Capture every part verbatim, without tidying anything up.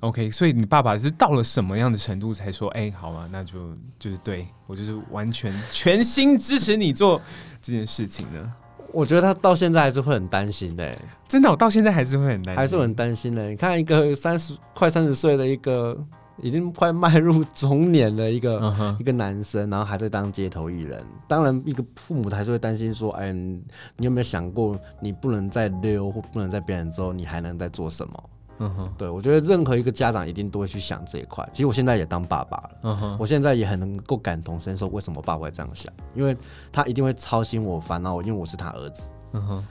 OK， 所以你爸爸是到了什么样的程度才说，哎、欸，好啊，那就就是对我就是完全全心支持你做这件事情呢？ 我觉得他到现在还是会很担心的、欸， 真的，我到现在还是会很担心， 还是很担心的、欸。你看一个三十快三十岁的一个已经快迈入中年的一个、uh-huh. 一个男生，然后还在当街头艺人，当然一个父母还是会担心说，哎，你有没有想过，你不能再溜或不能再表演之后，你还能再做什么？Uh-huh. 对，我觉得任何一个家长一定都会去想这一块。其实我现在也当爸爸了， uh-huh. 我现在也很能够感同身受，为什么爸爸会这样想？因为他一定会操心我、烦恼我，因为我是他儿子。Uh-huh.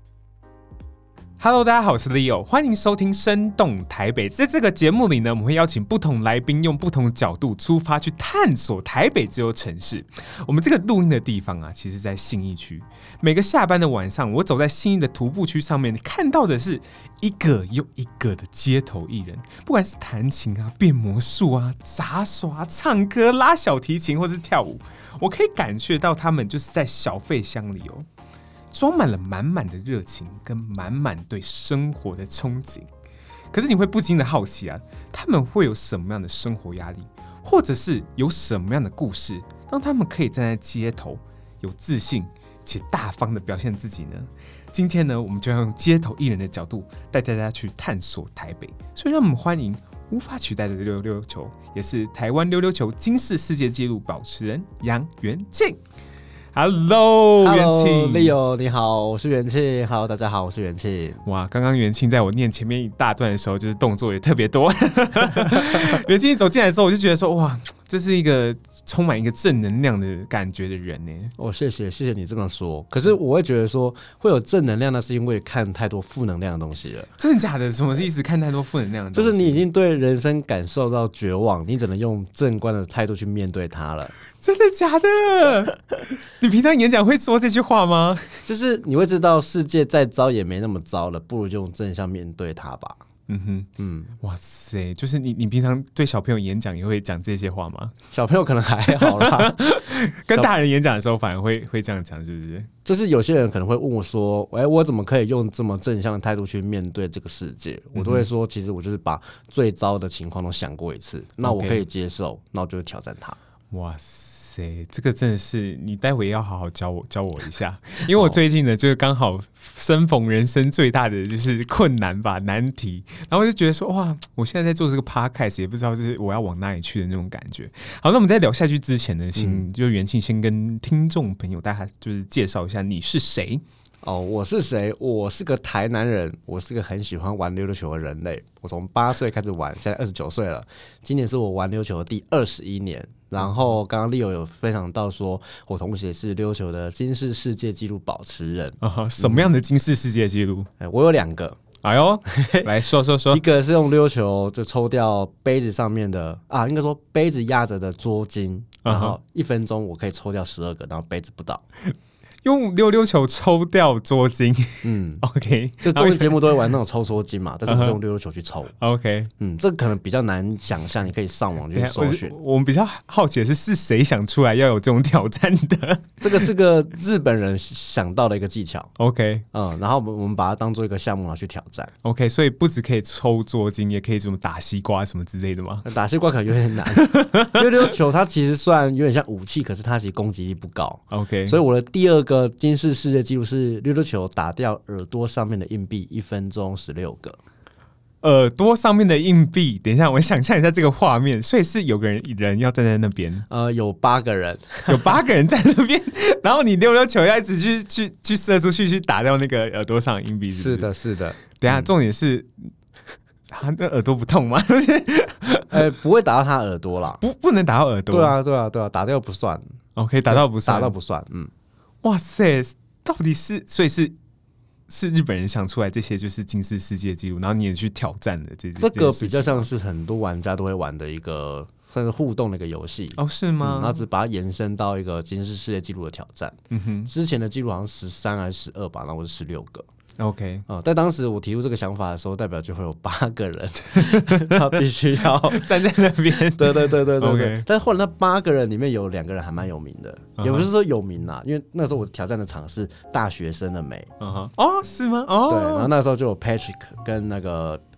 Hello， 大家好，我是 Leo， 欢迎收听《生动台北》。在这个节目里呢，我们会邀请不同来宾，用不同角度出发去探索台北这座城市。我们这个录音的地方啊，其实在信义区。每个下班的晚上，我走在信义的徒步区上面，看到的是一个又一个的街头艺人，不管是弹琴啊、变魔术啊、杂耍、唱歌、拉小提琴，或是跳舞，我可以感觉到他们就是在小废乡里哦。装满了满满的热情跟满满对生活的憧憬，可是你会不禁的好奇啊，他们会有什么样的生活压力，或者是有什么样的故事，让他们可以站在街头有自信且大方的表现自己呢？今天呢，我们就要用街头艺人的角度带大家去探索台北，所以让我们欢迎无法取代的溜溜球，也是台湾溜溜球金氏世界纪录保持人杨元庆。Hello， 元庆 ，Leo， 你好，我是元庆。Hello， 大家好，我是元庆。 哇，刚刚元庆在我念前面一大段的时候，就是动作也特别多。元庆一走进来的时候，我就觉得说，哇，这是一个充满一个正能量的感觉的人呢。 哦，谢谢，谢谢你这么说。可是我会觉得说，会有正能量，那是因为看太多负能量的东西了。 真的假的？什么意思？看太多负能量的东西？ 就是你已经对人生感受到绝望，你只能用正观的态度去面对它了。 真的假的？你平常演讲会说这句话吗？ 就是你会知道世界再糟也没那么糟了，不如就用正向面对它吧。 嗯哼，嗯，哇塞，就是你，你平常对小朋友演讲也会讲这些话吗？ 小朋友可能还好啦， 跟大人演讲的时候反而会会这样讲，是不是？ 就是有些人可能会问我说：“哎、欸，我怎么可以用这么正向的态度去面对这个世界？”嗯、我都会说：“其实我就是把最糟的情况都想过一次，那我可以接受， okay. 那我就会挑战它。” 哇塞！这个真的是你待会要好好教我教我一下，因为我最近呢就是刚好生逢人生最大的就是困难吧难题，然后我就觉得说哇，我现在在做这个 podcast 也不知道就是我要往哪里去的那种感觉。好，那我们在聊下去之前呢，请、嗯、就元庆先跟听众朋友大家就是介绍一下你是谁。 哦，我是谁？我是个台南人，我是个很喜欢玩溜溜球的人类。我从八岁开始玩，现在二十九岁了。今年是我玩溜球的第二十一年。然后刚刚 Leo 有分享到说，我同时也是溜球的金氏世界纪录保持人。 啊、什么样的金氏世界纪录、 嗯？我有两个。 哎呦，来说说说。 一个是用溜球就抽掉杯子上面的啊，应该说杯子压着的桌巾，然后一分钟我可以抽掉十二个，然后杯子不倒。 用溜溜球抽掉桌巾， 嗯 ，OK， 就综艺节目都会玩那种抽桌巾嘛，但是我是用溜溜球去抽 ，OK， 嗯，这可能比较难想象，你可以上网去搜寻。 我, 我们比较好奇的是，是谁想出来要有这种挑战的？ 这个是个日本人想到的一个技巧 ，OK， 嗯，然后我们把它当做一个项目拿去挑战 ，OK， 所以不只可以抽桌巾，也可以什么打西瓜什么之类的吗？ 打西瓜可能有点难，溜溜球它其实虽然有点像武器，可是它其实攻击力不高 ，OK， 所以我的第二个金氏世界纪录是溜溜球打掉耳朵上面的硬币，一分钟十六个。 耳朵上面的硬币，等一下，我想象一下这个画面，所以是有个人人要站在那边， 呃，有八个人， 有八个人在那边，然后你溜溜球要一直去去去射出去，去打掉那个耳朵上的硬币， 是的，是的。 等一下，重点是。他的耳朵不痛吗？ 呃，不会打到他耳朵啦， 不，不能打到耳朵。 对啊，对啊，对啊，打掉不算。 OK， 打到不算， 打到不算。嗯， 哇塞，到底是所以是是日本人想出来这些就是金氏世界纪录，然后你也去挑战的这这个比较像是很多玩家都会玩的一个算是互动的一个游戏哦，是吗？ 嗯、然后只把它延伸到一个金氏世界纪录的挑战。嗯哼，之前的纪录好像十三还是十二吧，然后我是十六个。 OK， 嗯，但当时我提出这个想法的时候，代表就会有八个人，他必须要站在那边。 对对对对对对。 Okay. 但是后来那八个人里面有两个人还蛮有名的， uh-huh. 也不是说有名啦，因为那时候我挑战的场是大学生的美。 Uh-huh. 哦，是吗？哦， 对，然后那时候就有 Patrick 跟那个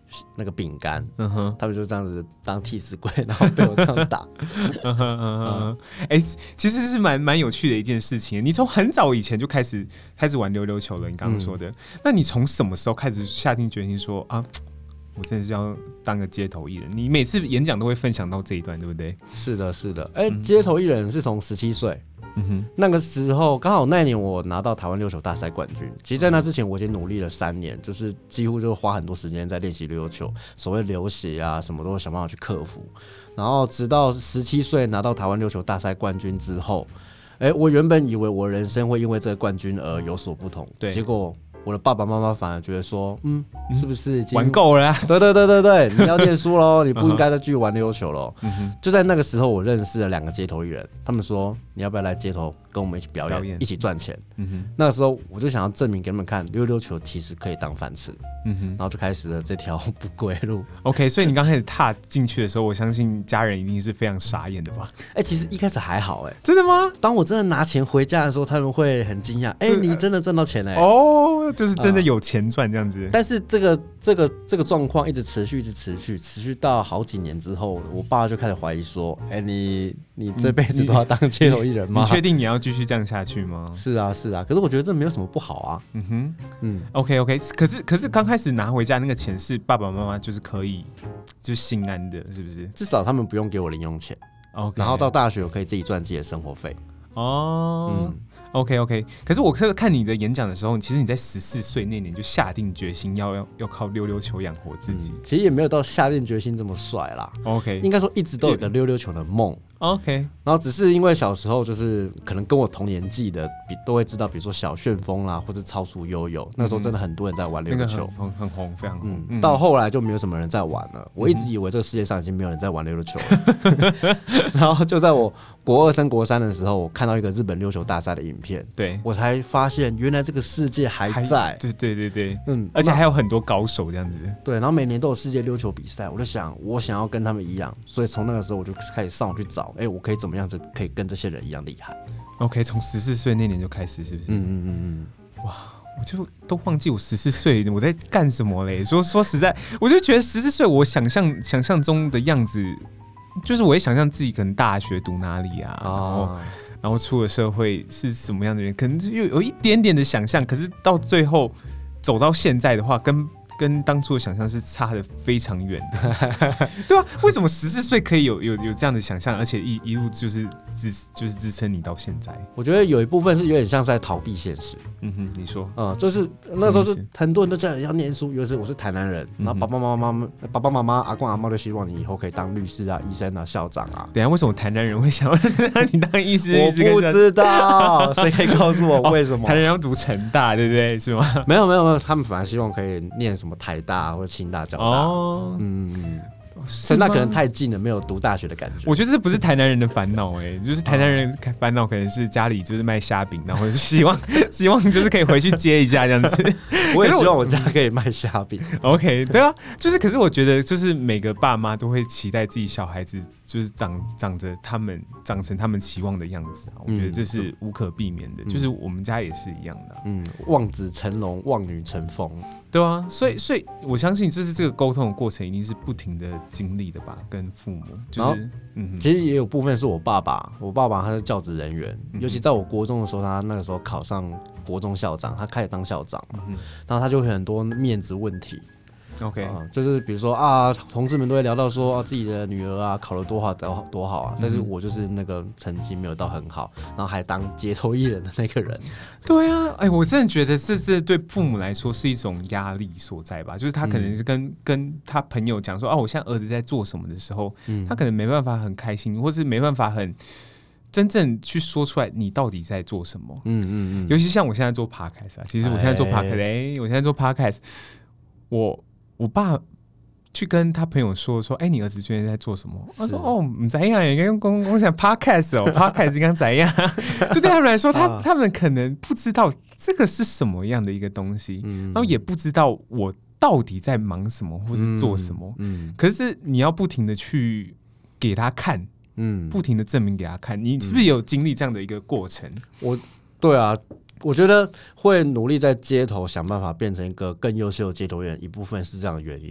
那个饼干， 嗯哼， 他们就这样子当替死鬼，然后被我这样打。 嗯哼嗯哼，哎、欸，其实是蛮蛮有趣的一件事情。你从很早以前就开始开始玩溜溜球了，你刚刚说的。嗯、那你从什么时候开始下定决心说啊，我真的是要当个街头艺人？你每次演讲都会分享到这一段，对不对？ 是的，是的。哎、欸，嗯、街头艺人是从十七岁。嗯哼，那个时候刚好那一年我拿到台湾溜球大赛冠军。其实，在那之前我已经努力了三年，就是几乎就花很多时间在练习溜溜球，所谓流血啊什么都想办法去克服。然后直到十七岁拿到台湾溜球大赛冠军之后，哎、欸，我原本以为我人生会因为这个冠军而有所不同，对，结果我的爸爸妈妈反而觉得说，嗯，是不是已经玩够了、啊？ 对对对对对，你要念书喽，你不应该再继续玩溜溜球喽。嗯、就在那个时候，我认识了两个街头艺人，他们说你要不要来街头跟我们一起表演，表演一起赚钱。嗯、那个时候我就想要证明给他们看，溜溜球其实可以当饭吃。嗯、然后就开始了这条不归路。 OK， 所以你刚开始踏进去的时候，我相信家人一定是非常傻眼的吧？ 哎、欸，其实一开始还好、欸，哎， 真的吗？ 当我真的拿钱回家的时候，他们会很惊讶，哎、欸，你真的赚到钱了、欸？ 哦，就是真的有钱赚这样子。 呃、但是这个这个这个状况一直持续，一直持续，持续到好几年之后，我爸就开始怀疑说，哎、欸，你你这辈子都要当街头艺人吗？ 你确定你要继续这样下去吗？ 是啊，是啊。可是我觉得这没有什么不好啊。嗯哼， 嗯 ，OK OK。可是可是刚开始拿回家那个钱是爸爸妈妈就是可以就是心安的，是不是？ 至少他们不用给我零用钱。OK。然后到大学我可以自己赚自己的生活费。 哦。嗯OK OK， 可是我看你的演讲的时候，其实你在十四岁那年就下定决心要要要靠溜溜球养活自己、嗯。 其实也没有到下定决心这么帅啦。OK， 应该说一直都有个溜溜球的梦。OK， 然后只是因为小时候就是可能跟我同年纪的比都会知道，比如说小旋风啦，或者超速悠悠，那时候真的很多人在玩溜溜球， 那个、很, 很红，非常红、嗯。 到后来就没有什么人在玩了。我一直以为这个世界上已经没有人在玩溜溜球了。然后就在我国二升国三的时候，我看到一个日本溜球大赛的影片，对我才发现原来这个世界还在。 对对对对，嗯，而且还有很多高手这样子。 对，然后每年都有世界溜球比赛，我就想我想要跟他们一样，所以从那个时候我就开始上网去找，哎、欸，我可以怎么样子可以跟这些人一样厉害 ？OK， 从十四岁那年就开始，是不是？嗯嗯嗯嗯。哇，我就都忘记我十四岁我在干什么嘞。说说实在，我就觉得十四岁我想象想象中的样子，就是我会想象自己可能大学读哪里啊，然后。然后出了社会是什么样的人，可能有有一点点的想象，可是到最后走到现在的话，跟跟当初的想象是差得非常远的，对啊，为什么十四岁可以有有有这样的想象，而且一一路就是支就是支撑你到现在？我觉得有一部分是有点像是在逃避现实。 嗯哼，你说， 嗯，就是那时候就很多人都叫你要念书，尤其是我是台南人，然后爸爸妈妈、爸爸妈妈、阿公阿嬷都希望你以后可以当律师啊、医生啊、校长啊。 等一下，为什么台南人会想要让你当医师？ 我不知道，谁可以告诉我为什么？ 哦、台南人要读成大，对不对？是吗？ 没有没有没有，他们反而希望可以念什么台大或者清大、交大。哦，嗯。成大可能太近了，没有读大学的感觉。 我觉得这不是台南人的烦恼哎，就是台南人烦恼可能是家里就是卖虾饼，然后希望希望就是可以回去接一下这样子。 我也希望我家可以卖虾饼。 OK， 对啊，就是可是我觉得就是每个爸妈都会期待自己小孩子就是长长着他们长成他们期望的样子啊，我觉得这是无可避免的，嗯、就是我们家也是一样的、啊。 嗯，望子成龙，望女成凤。 对啊，所以所以我相信就是这个沟通的过程一定是不停的经历的吧，跟父母就是， 嗯，其实也有部分是我爸爸，我爸爸他是教职人员，嗯、尤其在我国中的时候，他那个时候考上国中校长，他开始当校长嘛，嗯、然后他就会很多面子问题。OK，、呃、就是比如说啊，同志们都会聊到说、啊、自己的女儿啊考了多好多多好啊，但是我就是那个成绩没有到很好，然后还当街头艺人的那个人。 对啊，哎，我真的觉得这这对父母来说是一种压力所在吧，就是他可能是跟、嗯、跟他朋友讲说啊，我现在儿子在做什么的时候，嗯、他可能没办法很开心，或是没办法很真正去说出来你到底在做什么。嗯嗯嗯，尤其像我现在做 podcast 啊，其实我现在做 podcast， 哎、欸，我现在做 podcast， 我。我爸去跟他朋友说说，哎、欸，你儿子最近在做什么？他说，哦，不怎样，应该用公共讲 podcast 哦，podcast 应该怎样？就对他们来说，他他们可能不知道这个是什么样的一个东西，嗯、然后也不知道我到底在忙什么或是做什么。嗯，嗯可是你要不停的去给他看，嗯，不停的证明给他看，你是不是有经历这样的一个过程？ 我，对啊。我觉得会努力在街头想办法变成一个更优秀的街头艺人，一部分是这样的原因。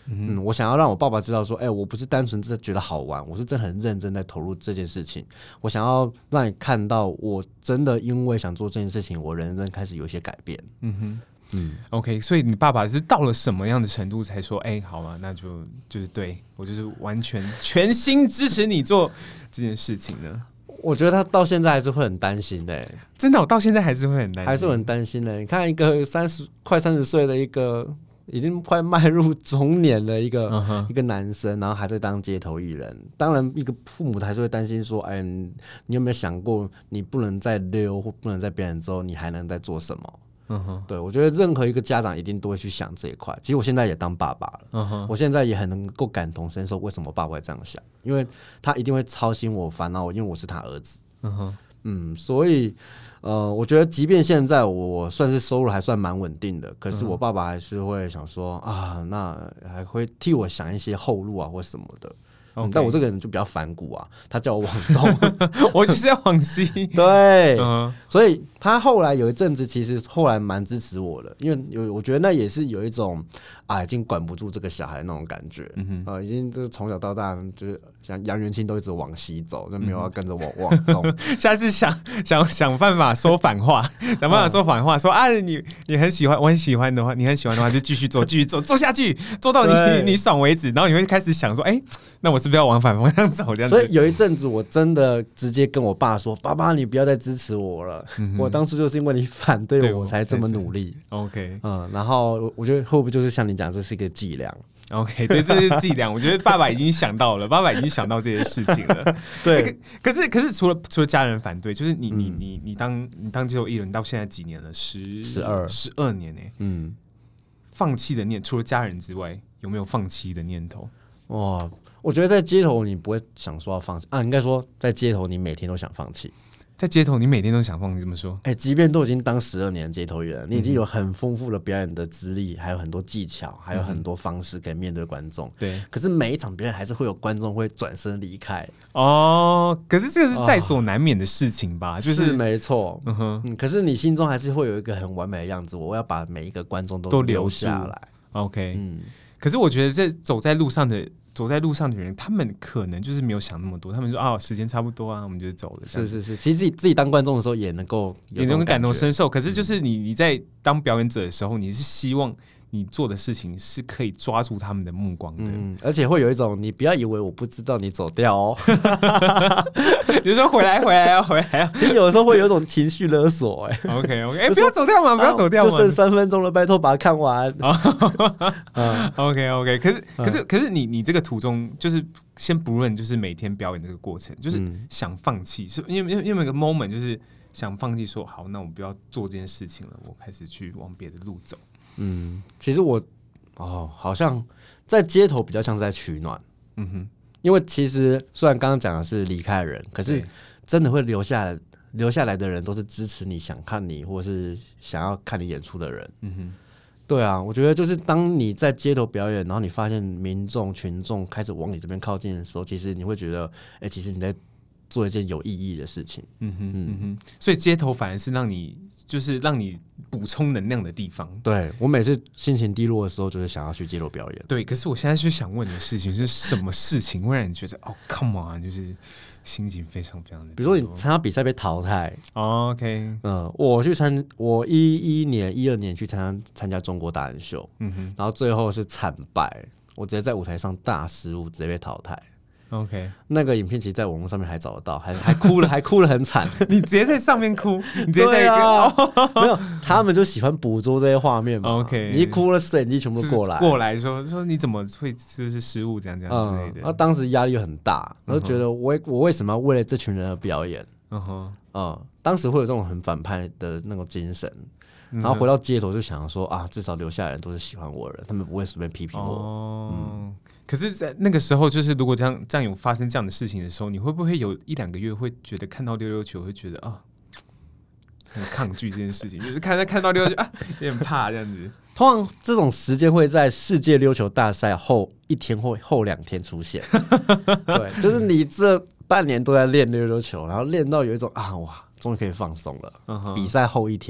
嗯，嗯我想要让我爸爸知道说，哎、欸，我不是单纯是觉得好玩，我是真的很认真在投入这件事情。我想要让你看到，我真的因为想做这件事情，我人生开始有一些改变。 嗯哼。嗯 ，OK， 所以你爸爸是到了什么样的程度才说，哎、欸，好了，那就就是对我就是完全全心支持你做这件事情呢？ 我觉得他到现在还是会很担心的、欸， 真的，我到现在还是会很担心， 还是很担心的、欸。你看一个三十快三十岁的一个已经快迈入中年的一个、uh-huh. 一个男生，然后还在当街头艺人，当然一个父母还是会担心说，哎，你有没有想过，你不能再溜或不能再表演之后，你还能再做什么？Uh-huh. 对，我觉得任何一个家长一定都会去想这一块。其实我现在也当爸爸了， uh-huh. 我现在也很能够感同身受，为什么爸爸会这样想？因为他一定会操心我、烦恼我，因为我是他儿子。Uh-huh. 嗯，所以呃，我觉得即便现在我算是收入还算蛮稳定的，可是我爸爸还是会想说啊，那还会替我想一些后路啊或什么的。Okay. 嗯、但我这个人就比较反骨啊，他叫我往东， 我就是要往西。 对，uh-huh. 所以他后来有一阵子，其实后来蛮支持我的，因为有我觉得那也是有一种啊，已经管不住这个小孩那种感觉，嗯呃、已经就是从小到大就是像杨元庆都一直往西走，就没有要跟着我往东。 下次想想想办法说反话，想办法说反话，说啊你你很喜欢，我很喜欢的话，你很喜欢的话就继续做，继续做，做下去，做到你你爽为止，然后你会开始想说，哎、欸，那我是不是要往反方向走？这样子。 所以有一阵子我真的直接跟我爸说：“爸爸，你不要再支持我了。嗯”我当初就是因为你反对我，我才这么努力。 OK， 嗯，然后我觉得会不会就是像你讲，这是一个伎俩 ？OK， 对，这是伎俩。我觉得爸爸已经想到了，爸爸已经想到这些事情了。 对， 欸、可, 可是可是除了除了家人反对，就是你、嗯、你你你当你当街头艺人到现在几年了？十十二十二年呢、欸？嗯，放弃的念，除了家人之外，有没有放弃的念头？ 哇！我觉得在街头你不会想说要放弃啊，应该说在街头你每天都想放弃。 在街头你每天都想放弃，这么说？ 哎、欸，即便都已经当十二年的街头艺人，你已经有很丰富的表演的资历，还有很多技巧，还有很多方式可以面对观众。 对， 可是每一场表演还是会有观众会转身离开。 哦，可是这个是在所难免的事情吧？哦、就是是没错。嗯哼、嗯，可是你心中还是会有一个很完美的样子，我要把每一个观众都留下来。 OK， 嗯。可是我觉得在走在路上的。走在路上的人，他们可能就是没有想那么多，他们说啊，时间差不多啊，我们就走了。 是是是，其实自己自己当观众的时候也能够也能够感同身受。可是就是你你在当表演者的时候，你是希望你做的事情是可以抓住他们的目光的， 嗯，而且会有一种你不要以为我不知道你走掉哦， 比如说回来回来要回来， 其实有的时候会有一种情绪勒索、欸，哎 ，OK OK， 哎、欸，不要走掉嘛，不要走掉嘛， 就剩三分钟了，拜托把它看完。 嗯、OK OK， 可是可是可是你你这个途中就是先不论就是每天表演这个过程，就是想放弃，是因为因为因为有个 moment 就是想放弃，说好，那我不要做这件事情了，我开始去往别的路走。 嗯，其实我哦，好像在街头比较像是在取暖。嗯哼，因为其实虽然刚刚讲的是离开的人，可是真的会留下来留下来的人，都是支持你、想看你或是想要看你演出的人。嗯哼，对啊，我觉得就是当你在街头表演，然后你发现民众群众开始往你这边靠近的时候，其实你会觉得，哎、欸，其实你在做一件有意义的事情。嗯哼嗯哼，所以街头反而是让你就是让你补充能量的地方。 对，我每次心情低落的时候，就是想要去街头表演。 对，可是我现在就想问的事情是什么事情会让你觉得哦 ，come on， 就是心情非常非常的。 比如说你参加比赛被淘汰、 哦、，OK， 嗯，我去参，我一一年、一二年去参加参加中国达人秀，嗯哼，然后最后是惨败，我直接在舞台上大失误，直接被淘汰。 OK， 那个影片其实在网络上面还找得到，还还哭了，还哭了很惨。 你直接在上面哭，你直接在一个、 啊哦、没有，他们就喜欢捕捉这些画面嘛。 OK， 你一哭了，摄影机全部都过来， 过来说说你怎么会就是失误这样这样之类的。 然后、嗯、当时压力很大，然后觉得我、嗯、我为什么要为了这群人而表演？嗯哼，嗯，当时会有这种很反派的那种精神。然后回到街头就想说啊，至少留下来的人都是喜欢我的人，他们不会随便批评我。哦， 嗯，可是，在那个时候，就是如果这样这样有发生这样的事情的时候，你会不会有一两个月会觉得看到溜溜球会觉得啊，很抗拒这件事情，就是看到看到溜溜球啊，有点怕这样子。 通常这种时间会在世界溜球大赛后一天或后两天出现。对，就是你这半年都在练溜溜球，然后练到有一种啊哇，终于可以放松了。Uh-huh. 比赛后一天。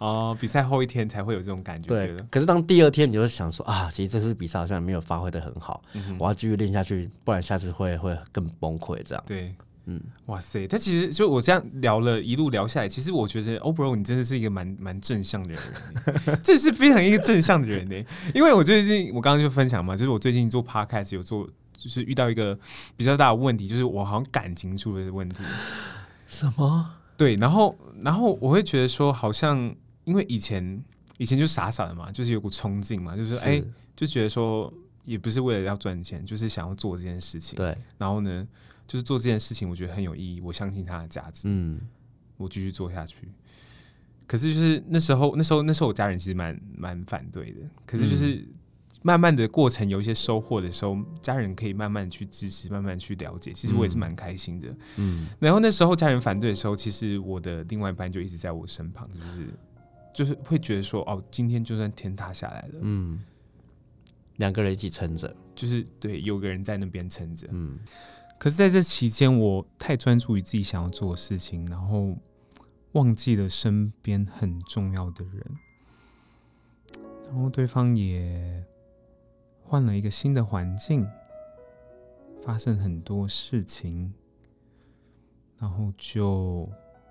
哦，比赛后一天才会有这种感觉。 对，可是当第二天你就会想说啊，其实这次比赛好像没有发挥的很好，嗯、我要继续练下去，不然下次会会更崩溃这样。 对，嗯，哇塞，他其实就我这样聊了一路聊下来，其实我觉得 Obro 你真的是一个蛮蛮正向的人，这是非常一个正向的人呢。因为我最近我刚刚就分享嘛，就是我最近做 Podcast 有做，就是遇到一个比较大的问题，就是我好像感情出了问题。 什么？ 对，然后然后我会觉得说，好像因为以前以前就傻傻的嘛，就是有股冲劲嘛，就是哎、欸，就觉得说也不是为了要赚钱，就是想要做这件事情。 对， 然后呢，就是做这件事情，我觉得很有意义，我相信它的价值，嗯，我继续做下去。可是就是那时候，那时候那时候我家人其实蛮蛮反对的，可是就是。嗯慢慢的过程有一些收获的时候，家人可以慢慢去支持，慢慢去了解，其实我也是蛮开心的。嗯，然后那时候家人反对的时候，其实我的另外一半就一直在我身旁，就是就是会觉得说，哦，今天就算天塌下来了，嗯， 两个人一起撑着， 就是对，有个人在那边撑着。嗯，可是在这期间，我太专注于自己想要做的事情，然后忘记了身边很重要的人，然后对方也。换了一个新的环境，发生很多事情，然后就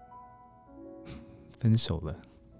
分手了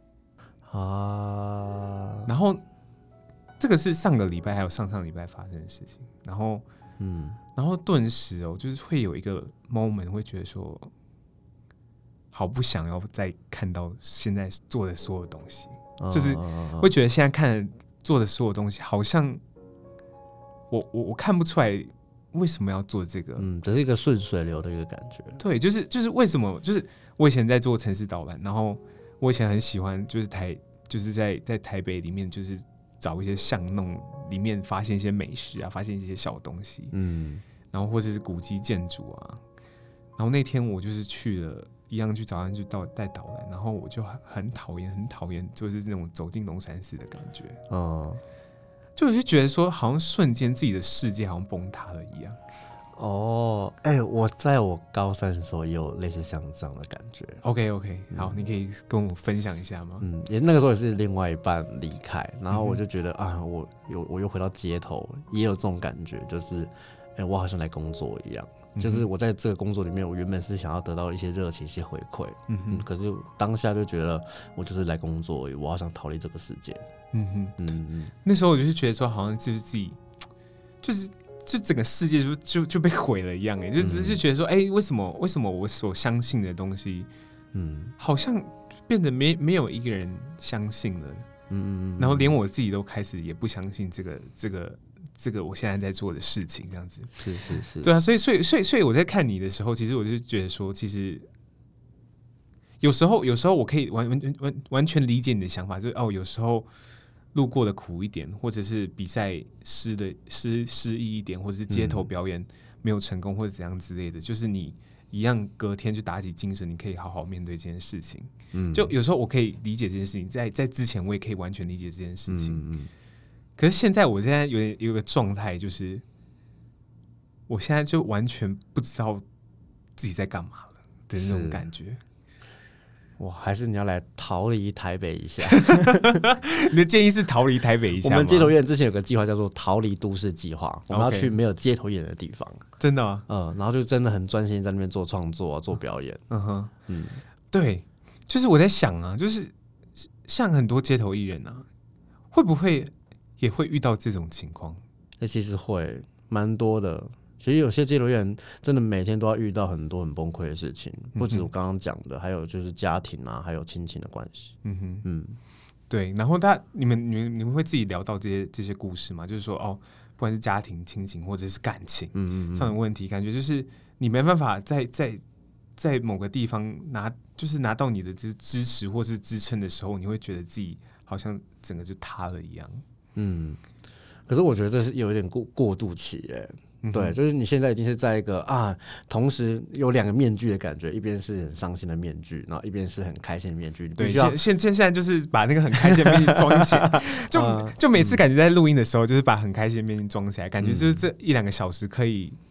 啊。然后这个是上个礼拜还有上上礼拜发生的事情，然后嗯，然后顿时哦，就是会有一个 moment 会觉得说，好不想要再看到现在做的所有东西，啊、就是会觉得现在看做的所有东西好像。我, 我, 我看不出来为什么要做这个， 嗯，只是一个顺水流的一个感觉。 对，就是就是为什么，就是我以前在做城市导览，然后我以前很喜欢，就是台就是在在台北里面，就是找一些巷弄里面发现一些美食啊，发现一些小东西，嗯，然后或者是古迹建筑啊。然后那天我就是去了，一样去早上去到带导览，然后我就很讨厌，很讨厌，就是那种走进龙山寺的感觉，哦。就我就觉得说，好像瞬间自己的世界好像崩塌了一样。 哦，哎、欸，我在我高三的时候也有类似像这样的感觉。 OK OK， 好、嗯，你可以跟我分享一下吗？ 嗯，也那个时候也是另外一半离开，然后我就觉得、嗯、啊，我又我又回到街头，也有这种感觉，就是哎、欸，我好像来工作一样。就是我在这个工作里面，我原本是想要得到一些热情、一些回馈，嗯嗯，可是当下就觉得我就是来工作而已，我好想逃离这个世界，嗯哼， 嗯嗯，那时候我就是觉得说，好像就是自己，就是就整个世界就就就被毁了一样，哎，就只是觉得说，哎、欸，为什么为什么我所相信的东西，嗯，好像变得没没有一个人相信了，嗯嗯，然后连我自己都开始也不相信这个这个。这个我现在在做的事情，这样子是是是， 对啊，所以所以所以所以我在看你的时候，其实我就觉得说，其实有时候有时候我可以完完完完全理解你的想法，就是哦，有时候路过的苦一点，或者是比赛失的失失意一点，或者是街头表演没有成功，或者怎样之类的，嗯、就是你一样隔天就打起精神，你可以好好面对这件事情。嗯，就有时候我可以理解这件事情，在在之前我也可以完全理解这件事情。嗯嗯。可是现在我现在有点有一个状态，就是我现在就完全不知道自己在干嘛了的那种感觉。 哇，还是你要来逃离台北一下？ 你的建议是逃离台北一下吗？ 我们街头艺人之前有个计划叫做逃离都市计划，我们要去没有街头艺人的地方。 真的吗？ 嗯，然后就真的很专心在那边做创作、啊、做表演。嗯哼， 嗯，对，就是我在想啊，就是像很多街头艺人啊，会不会？也会遇到这种情况， 那其实会蛮多的。其实有些街头艺人真的每天都要遇到很多很崩溃的事情，不止我刚刚讲的，还有就是家庭啊，还有亲情的关系。嗯哼， 嗯，对。然后他，你们、你们、你们会自己聊到这些这些故事吗？就是说，哦，不管是家庭、亲情或者是感情，嗯嗯上的问题，感觉就是你没办法在在在某个地方拿，就是拿到你的支持或是支撑的时候，你会觉得自己好像整个就塌了一样。 嗯，可是我觉得这是有一点过过渡期哎、嗯，对，就是你现在已经是在一个啊，同时有两个面具的感觉，一边是很伤心的面具，然后一边是很开心的面具。 对，现现现在就是把那个很开心的面具装起来，就就每次感觉在录音的时候，就是把很开心的面具装起来，感觉就是这一两个小时可以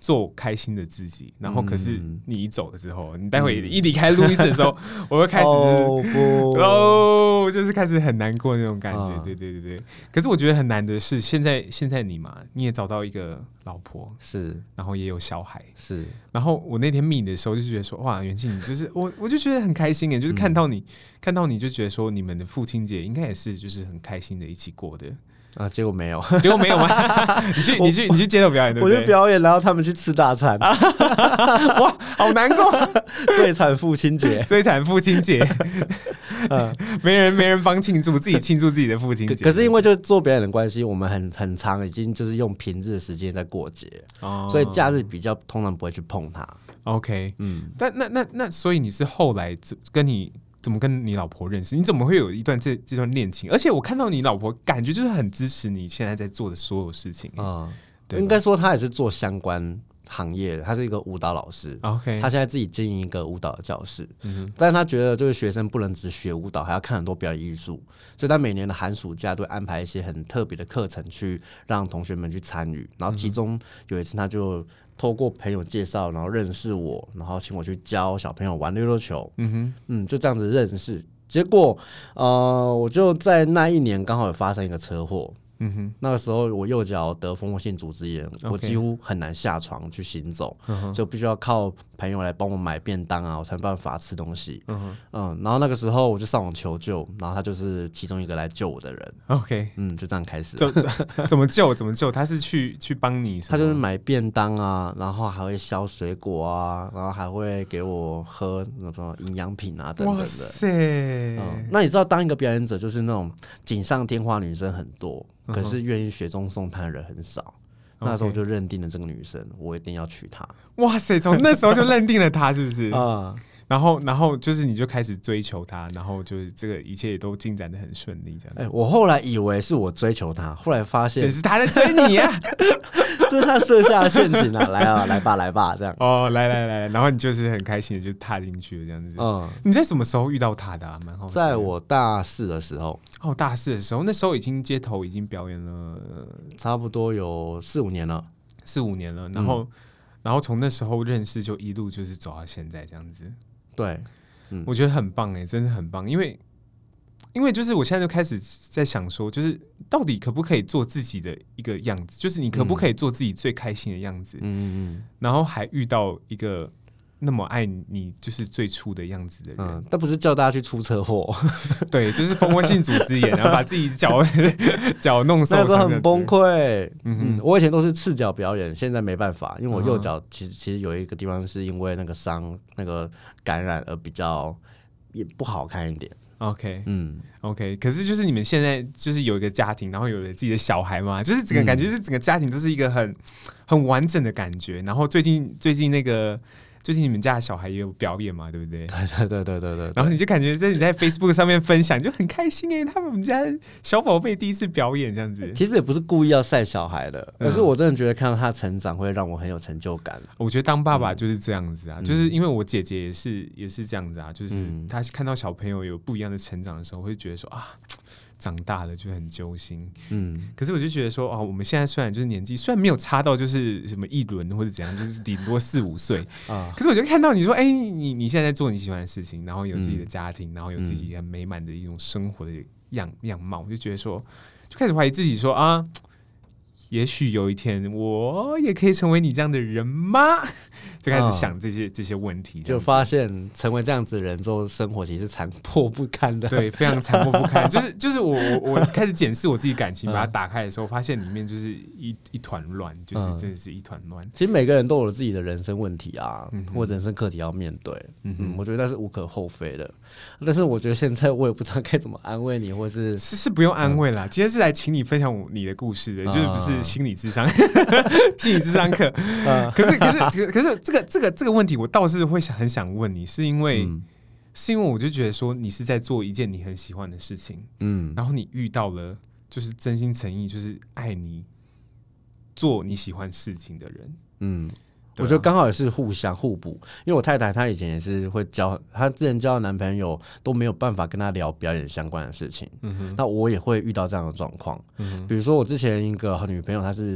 做开心的自己，然后可是你一走了之后，你待会一离开录音室的时候，我会开始哦不哦，就是开始很难过那种感觉，对对对对。可是我觉得很难的是，现在现在你嘛，你也找到一个老婆， 是， 然后也有小孩， 是。 然后我那天密你的时候就觉得说，哇，元庆，你就是我，我就觉得很开心耶，就是看到你，嗯、看到你就觉得说，你们的父亲节应该也是就是很开心的一起过的。 啊，结果没有， 结果没有吗？你去，你去，你去街头表演，对不对？ 我去表演，然后他们去吃大餐， 哇，好难过！ 最惨父亲节， 最惨父亲节，嗯，没人没人帮庆祝，自己庆祝自己的父亲节。 可, 可是因为就做表演的关系，我们很很长，已经就是用平日的时间在过节，哦，所以假日比较通常不会去碰它。 OK， 嗯，但那那那，所以你是后来跟你。怎么跟你老婆认识？你怎么会有一段这这段恋情？而且我看到你老婆，感觉就是很支持你现在在做的所有事情。嗯， 应该说她也是做相关行业的，她是一个舞蹈老师。 OK， 她现在自己经营一个舞蹈的教室。嗯，但是她觉得就是学生不能只学舞蹈，还要看很多表演艺术，所以她每年的寒暑假都会安排一些很特别的课程去让同学们去参与。然后其中有一次，她就透过朋友介绍，然后认识我，然后请我去教小朋友玩溜溜球。嗯哼，嗯，就这样子认识。结果，呃，我就在那一年刚好有发生一个车祸。嗯哼，那个时候我右脚得蜂窝性组织炎， okay. 我几乎很难下床去行走，嗯，所以我必须要靠朋友来帮我买便当啊，我才没办法吃东西。嗯, 嗯然后那个时候我就上网求救，然后他就是其中一个来救我的人。 OK， 嗯，就这样开始。 怎么救？怎么救？他是去去帮你什么？ 他就是买便当啊，然后还会削水果啊，然后还会给我喝那种营养品啊等等的。哇塞， 嗯！那你知道当一个表演者就是那种锦上添花女生很多。可是愿意雪中送炭的人很少， okay. 那时候我就认定了这个女生，我一定要娶她。 哇塞，从那时候就认定了她，是不是？啊、嗯，然后，然后就是你就开始追求她，然后就是这个一切也都进展得很顺利，这样子。 哎、欸，我后来以为是我追求她，后来发现是她在追你啊， 这是她设下的陷阱啊！来啊，来吧，来吧，这样。 哦，来来来，然后你就是很开心的就踏进去了，这样子。嗯，你在什么时候遇到她的、啊？蛮好奇。 在我大四的时候。 哦，大四的时候，那时候已经街头已经表演了， 差不多有四五年了， 四五年了。然后，嗯、然后从那时候认识，就一路就是走到现在这样子。 对， 嗯、我觉得很棒哎，真的很棒。因为，因为就是我现在就开始在想说，就是到底可不可以做自己的一个样子？就是你可不可以做自己最开心的样子？嗯嗯。然后还遇到一个。那么爱你就是最初的样子的人， 嗯，但不是叫大家去出车祸， 对，就是蜂窝性组织炎，然后把自己脚脚弄受伤， 那时候很崩溃。嗯, 嗯，我以前都是赤脚表演，现在没办法，因为我右脚其实其实有一个地方是因为那个伤那个感染而比较也不好看一点。 OK， 嗯 ，OK， 可是就是你们现在就是有一个家庭，然后有了自己的小孩嘛，就是整个感觉是整个家庭都是一个很很完整的感觉。然后最近最近那个。最近你们家的小孩也有表演嘛，对不对？ 对对对对对对。 然后你就感觉在你在 Facebook 上面分享就很开心哎，他们我们家小宝贝第一次表演这样子。 其实也不是故意要晒小孩的，而是我真的觉得看到他成长会让我很有成就感。 我觉得当爸爸就是这样子啊，嗯、就是因为我姐姐也是也是这样子啊，就是她看到小朋友有不一样的成长的时候，会觉得说啊。长大了就很揪心，嗯，可是我就觉得说，哦，我们现在虽然就是年纪，虽然没有差到就是什么一轮或者怎样，就是顶多四五岁啊，可是我就看到你说，哎、欸，你你现在在做你喜欢的事情，然后有自己的家庭，嗯、然后有自己很美满的一种生活的样样貌，我就觉得说，就开始怀疑自己说啊。也许有一天我也可以成为你这样的人吗？就开始想这些、嗯、这些问题， 就发现成为这样子的人之后，生活其实残破不堪的。 对，非常残破不堪。就是就是我我我开始检视我自己感情，把它打开的时候，发现里面就是一一团乱，就是真的是一团乱、嗯。 其实每个人都有自己的人生问题啊，嗯、或人生课题要面对。嗯, 嗯，我觉得那是无可厚非的。但是我觉得现在我也不知道该怎么安慰你，或是是是不用安慰啦。嗯、今天是来请你分享你的故事的，就是不是心理智商、心理智商课。嗯、可是可是可是这个这个这个问题，我倒是会想很想问你，是因为、嗯、是因为我就觉得说你是在做一件你很喜欢的事情，嗯，然后你遇到了就是真心诚意，就是爱你做你喜欢事情的人，嗯。 我觉得刚好也是互相互补，因为我太太她以前也是会交，她之前交的男朋友都没有办法跟她聊表演相关的事情，嗯、那我也会遇到这样的状况。嗯、比如说我之前一个女朋友，她是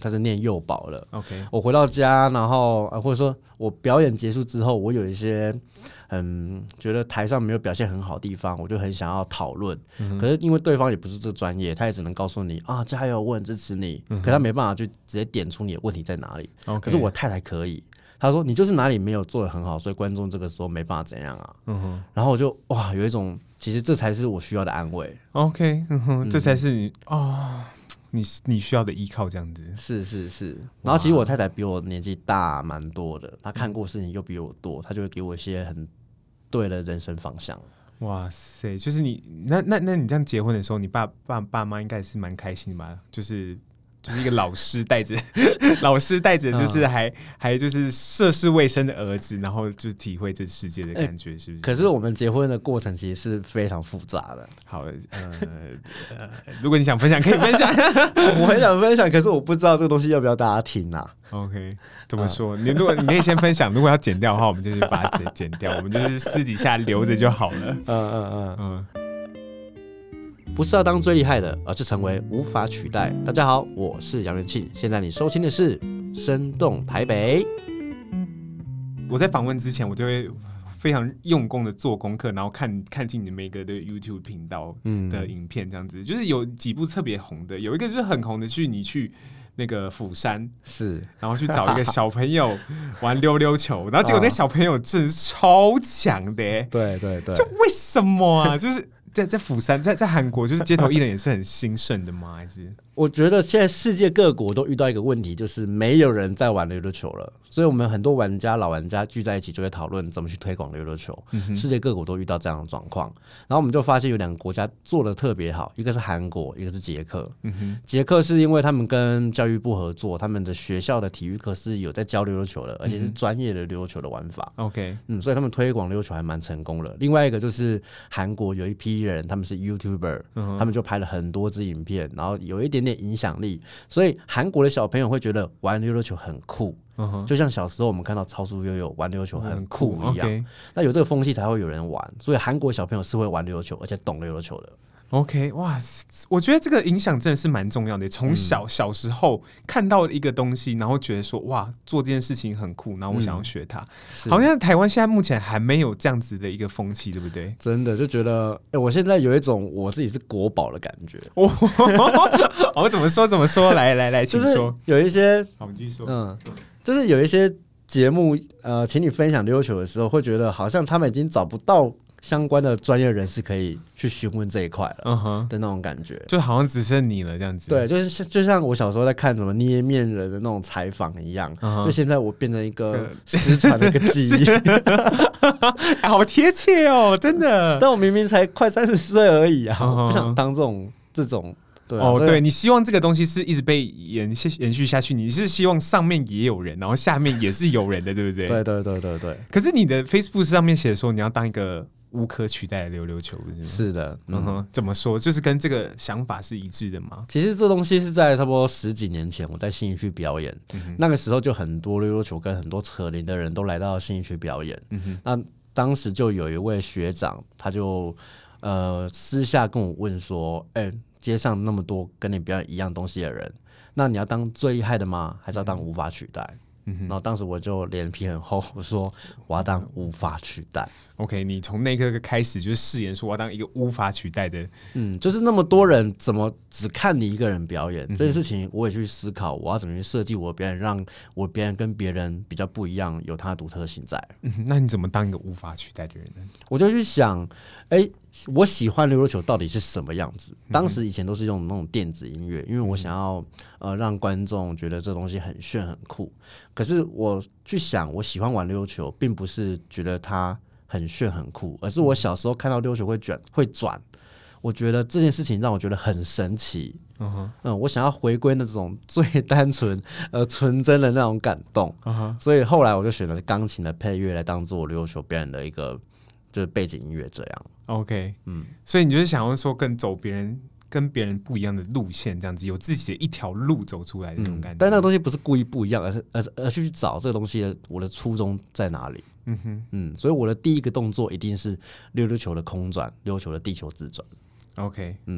他是念幼保了。 OK， 我回到家，然后、呃、或者说我表演结束之后，我有一些嗯觉得台上没有表现很好的地方，我就很想要讨论、嗯。可是因为对方也不是这专业，他也只能告诉你啊加油，我很支持你。嗯、可他没办法去直接点出你的问题在哪里。Okay. 可是我太太可以。他说：“你就是哪里没有做得很好，所以观众这个时候没办法怎样啊。嗯”然后我就哇，有一种其实这才是我需要的安慰。 OK， 嗯哼，这才是你哦，你你需要的依靠，这样子。 是是是。然后其实我太太比我年纪大蛮多的，她看过事情又比我多，她就会给我一些很对的人生方向。 哇塞，就是你那那那你这样结婚的时候，你爸爸爸妈应该是蛮开心吧？就是。就是一个老师带着老师带着，就是还、嗯、还就是涉世未深的儿子，然后就体会这世界的感觉，是不是？ 可是我们结婚的过程其实是非常复杂的。 好，呃，呃如果你想分享，可以分享。 我很想分享，可是我不知道这个东西要不要大家听啊。 OK， 怎么说？嗯、你如果你可以先分享，如果要剪掉的话，我们就是把它剪掉，我们就是私底下留着就好了。嗯嗯嗯嗯。 不是要当最厉害的，而是成为无法取代。大家好，我是杨元庆，现在你收听的是《生动台北》。 我在访问之前，我就会非常用功的做功课，然后看看进你每个的 YouTube 频道的影片，这样子、嗯，就是有几部特别红的，有一个就是很红的，去你去那个釜山， 是， 然后去找一个小朋友玩溜溜球，然后结果那小朋友真的是超强的、欸， 对对对， 就为什么啊？就是在在釜山，在在韩国，就是街头艺人也是很兴盛的吗？还是？ 我觉得现在世界各国都遇到一个问题，就是没有人在玩溜溜球了，所以我们很多玩家、老玩家聚在一起，就会讨论怎么去推广溜溜球、嗯。世界各国都遇到这样的状况，然后我们就发现有两个国家做得特别好，一个是韩国，一个是捷克。嗯、捷克是因为他们跟教育部合作，他们的学校的体育课是有在教溜溜球的，而且是专业的溜溜球的玩法。 OK， 嗯，所以他们推广溜溜球还蛮成功的。另外一个就是韩国有一批人，他们是 YouTuber，、嗯、他们就拍了很多支影片，然后有一点点影响力，所以韩国的小朋友会觉得玩溜溜球很酷、uh-huh. 就像小时候我们看到超速悠悠玩溜溜球很酷一样、okay. 那有这个风气才会有人玩，所以韩国小朋友是会玩溜溜球而且懂溜溜球的。 OK， 哇，我觉得这个影响真的是蛮重要的。从小、嗯、小时候看到一个东西，然后觉得说哇，做这件事情很酷，然后我想要学它、嗯。好像台湾现在目前还没有这样子的一个风气，对不对？ 真的就觉得，哎、欸，我现在有一种我自己是国宝的感觉。我我怎么说怎么说？来来来，请说。 就是、有一些， 好，我们继续说。 嗯，就是有一些节目，呃，请你分享溜溜球的时候，会觉得好像他们已经找不到相关的专业人士可以去询问这一块了，嗯哼的那种感觉， 就好像只剩你了这样子。 对，就是就像我小时候在看什么捏面人的那种采访一样，嗯、就现在我变成一个失传的一个记忆， 哎、好贴切哦，真的。 但我明明才快三十岁而已啊，嗯、我不想当这种这种。对啊、 哦，对，你希望这个东西是一直被延续延续下去，你是希望上面也有人，然后下面也是有人的，对不对？ 对对对对对。 可是你的 Facebook 上面写说你要当一个无可取代的溜溜球，是, 是的， 嗯哼，怎么说？就是跟这个想法是一致的吗？ 其实这东西是在差不多十几年前，我在信义区表演、嗯，那个时候就很多溜溜球跟很多扯铃的人都来到信义区表演、嗯哼。那当时就有一位学长，他就呃私下跟我问说，哎、欸。街上那么多跟你表演一样东西的人，那你要当最厉害的吗？还是要当无法取代？嗯、然后当时我就脸皮很厚，我说我要当无法取代。 OK， 你从那刻开始就誓言说我要当一个无法取代的。 嗯，就是那么多人怎么只看你一个人表演、嗯、这件事情，我也去思考我要怎么去设计我的表演，让我表演跟别人比较不一样，有它的独特性在、 嗯。那你怎么当一个无法取代的人呢？ 我就去想，哎、欸。我喜欢溜溜球到底是什么样子？当时以前都是用那种电子音乐，因为我想要呃让观众觉得这东西很炫很酷。可是我去想，我喜欢玩溜溜球，并不是觉得它很炫很酷，而是我小时候看到溜溜球会转会转，我觉得这件事情让我觉得很神奇。嗯, 嗯，我想要回归那种最单纯、呃纯真的那种感动。Uh-huh. 所以后来我就选了钢琴的配乐来当做我溜溜球表演的一个就是背景音乐这样。 OK， 嗯，所以你就是想要说更走别人跟别人不一样的路线，这样子有自己的一条路走出来的那种感觉、嗯。 但那个东西不是故意不一样，而是而而去找这个东西的我的初衷在哪里？嗯哼，嗯，所以我的第一个动作一定是溜溜球的空转，溜溜球的地球自转。 OK， 嗯，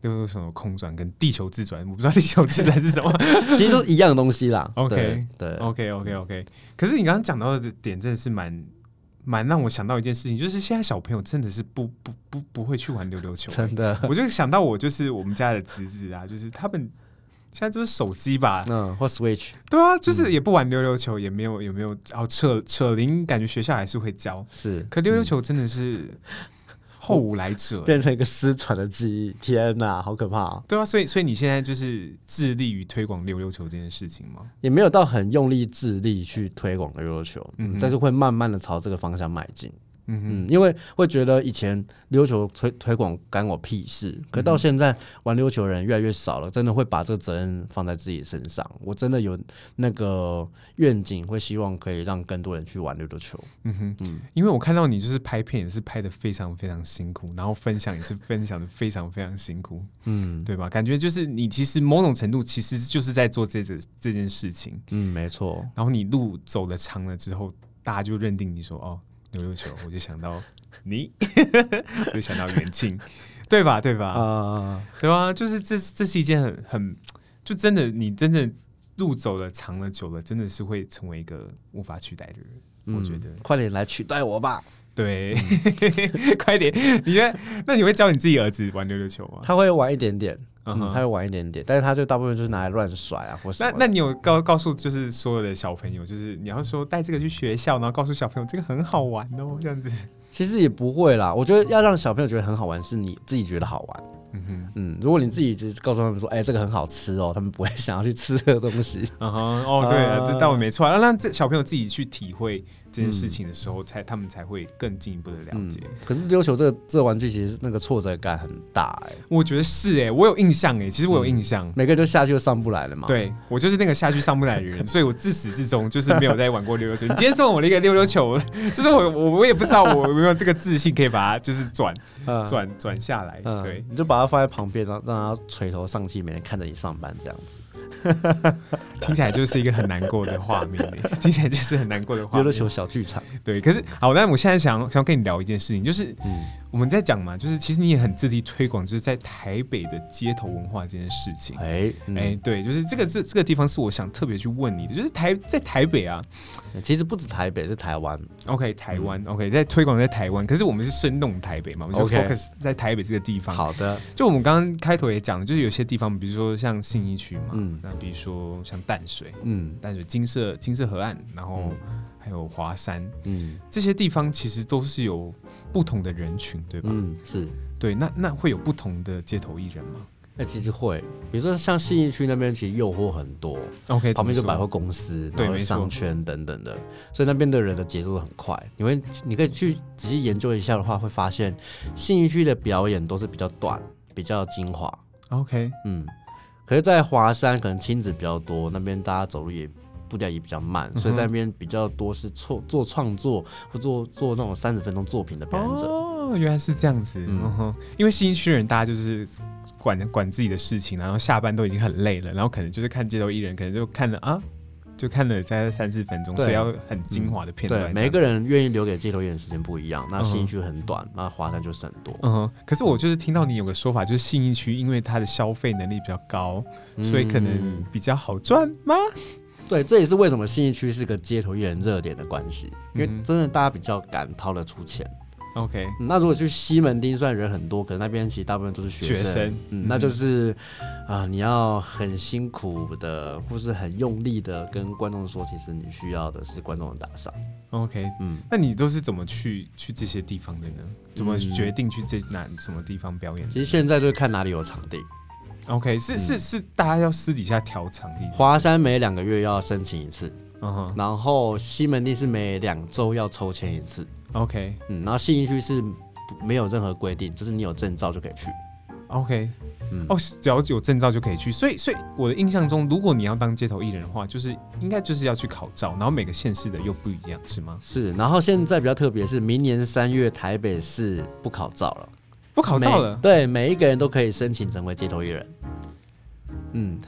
溜溜球的空转跟地球自转，我不知道地球自转是什么， 其实都是一样的东西啦。 OK， 对 ，OK OK OK。可是你刚刚讲到的点真的是蛮蛮让我想到一件事情，就是现在小朋友真的是不不不不会去玩溜溜球， 真的。 我就想到我就是我们家的侄子啊，就是他们。现在就是手机吧， 嗯，或 Switch， 对啊，就是也不玩溜溜球，也没有有没有哦扯扯铃，感觉学校还是会教， 是， 可溜溜球真的是后无来者， 变成一个失传的记忆，天哪，好可怕啊！ 对啊，所以所以你现在就是致力于推广溜溜球这件事情吗？ 也没有到很用力致力去推广溜溜球，嗯，但是会慢慢的朝这个方向迈进。嗯，因为会觉得以前溜球推推广干我屁事，可到现在玩溜球的人越来越少了，真的会把这个责任放在自己身上。我真的有那个愿景，会希望可以让更多人去玩溜溜球。嗯哼，嗯， 因为我看到你就是拍片也是拍的非常非常辛苦，然后分享也是分享的非常非常辛苦，嗯，对吧？感觉就是你其实某种程度其实就是在做这这件事情， 嗯，没错。 然后你路走了长了之后，大家就认定你说哦。溜溜球，我就想到你，我就想到元庆，对吧？对吧？啊、uh ，对吧？就是这这是一件很很，就真的你真的路走了长了久了，真的是会成为一个无法取代的人。嗯、我觉得， 快点来取代我吧！ 对，快点！你觉得？那你会教你自己儿子玩溜溜球吗？ 他会玩一点点。嗯，他会玩一点点，但是他就大部分就是拿来乱甩啊，或什么。 那那你有告告诉就是所有的小朋友，就是你要说带这个去学校，然后告诉小朋友这个很好玩哦，这样子。 其实也不会啦，我觉得要让小朋友觉得很好玩，是你自己觉得好玩。嗯哼，嗯，如果你自己就是告诉他们说，哎、欸，这个很好吃哦，他们不会想要去吃这个东西。 嗯哼，哦，对啊，这倒没错，要让这小朋友自己去体会这件事情的时候，才他们才会更进一步的了解。嗯、 可是溜溜球这个这个玩具其实那个挫折感很大哎、欸， 我觉得是哎、欸，我有印象哎、欸，其实我有印象，嗯、 每个人就下去就上不来了嘛。 对，我就是那个下去上不来的人，所以我自始至终就是没有在玩过溜溜球。你今天送我的一个溜溜球，就是我我我也不知道我有没有这个自信可以把它就是转转转下来。嗯、对， 你就把它放在旁边，让让它垂头丧气，每天看着你上班这样子。 听起来就是一个很难过的画面，听起来就是很难过的画面。 溜溜球小剧场， 对。可是好，但我现在想想要跟你聊一件事情，就是、嗯、我们在讲嘛，就是其实你也很致力推广，就是在台北的街头文化这件事情。哎哎、嗯欸，对，就是这个这这个地方是我想特别去问你的，就是台在台北啊， 其实不止台北，是台湾。 OK， 台湾、嗯、OK， 在推广在台湾，可是我们是生动台北嘛，我们就 focus 在台北这个地方。 好的， 就我们刚刚开头也讲了，就是有些地方，比如说像信义区嘛，嗯。那比如说像淡水，嗯，淡水金色金色河岸，然后还有华山，嗯，这些地方其实都是有不同的人群，对吧？嗯， 是对。那那会有不同的街头艺人吗？ 那、欸、其实会，比如说像信义区那边，其实诱惑很多 ，OK， 旁边就百货公司，然后商圈等等的，所以那边的人的节奏很快。你会，你可以去仔细研究一下的话，会发现信义区的表演都是比较短，比较精华。 OK， 嗯。可是，在华山可能亲子比较多，那边大家走路也步调也比较慢，嗯、所以在那边比较多是做做创作或做做那种三十分钟作品的表演者。 哦，原来是这样子。嗯哼，因为信义区人大家就是管管自己的事情，然后下班都已经很累了，然后可能就是看街头艺人，可能就看了啊。就看了大概三四分钟，所以要很精华的片段、嗯。 对，每一个人愿意留给街头艺人时间不一样。那信义区很短，那华山就是很多。 嗯哼。可是我就是听到你有个说法，就是信义区因为它的消费能力比较高，嗯、所以可能比较好赚吗？ 对，这也是为什么信义区是个街头艺人热点的关系，因为真的大家比较敢掏得出钱。 OK， 那如果去西门町，虽然人很多，可是那边其实大部分都是学生， 学生嗯，那就是啊、呃，你要很辛苦的，或是很用力的跟观众说，其实你需要的是观众的打赏。 OK， 嗯，那你都是怎么去去这些地方的呢？怎么决定去这哪什么地方表演？ 其实现在就是看哪里有场地。 OK， 是、嗯、是是，大家要私底下调场地。 华山每两个月要申请一次，嗯哼，然后西门町是每两周要抽签一次。 OK， 嗯，然后信义区是没有任何规定，就是你有证照就可以去。 OK， 嗯，哦，只要有证照就可以去，所以，所以我的印象中，如果你要当街头艺人的话，就是应该就是要去考照，然后每个县市的又不一样，是吗？ 是，然后现在比较特别是，明年三月台北市不考照了， 不考照了， 对，每一个人都可以申请成为街头艺人。嗯，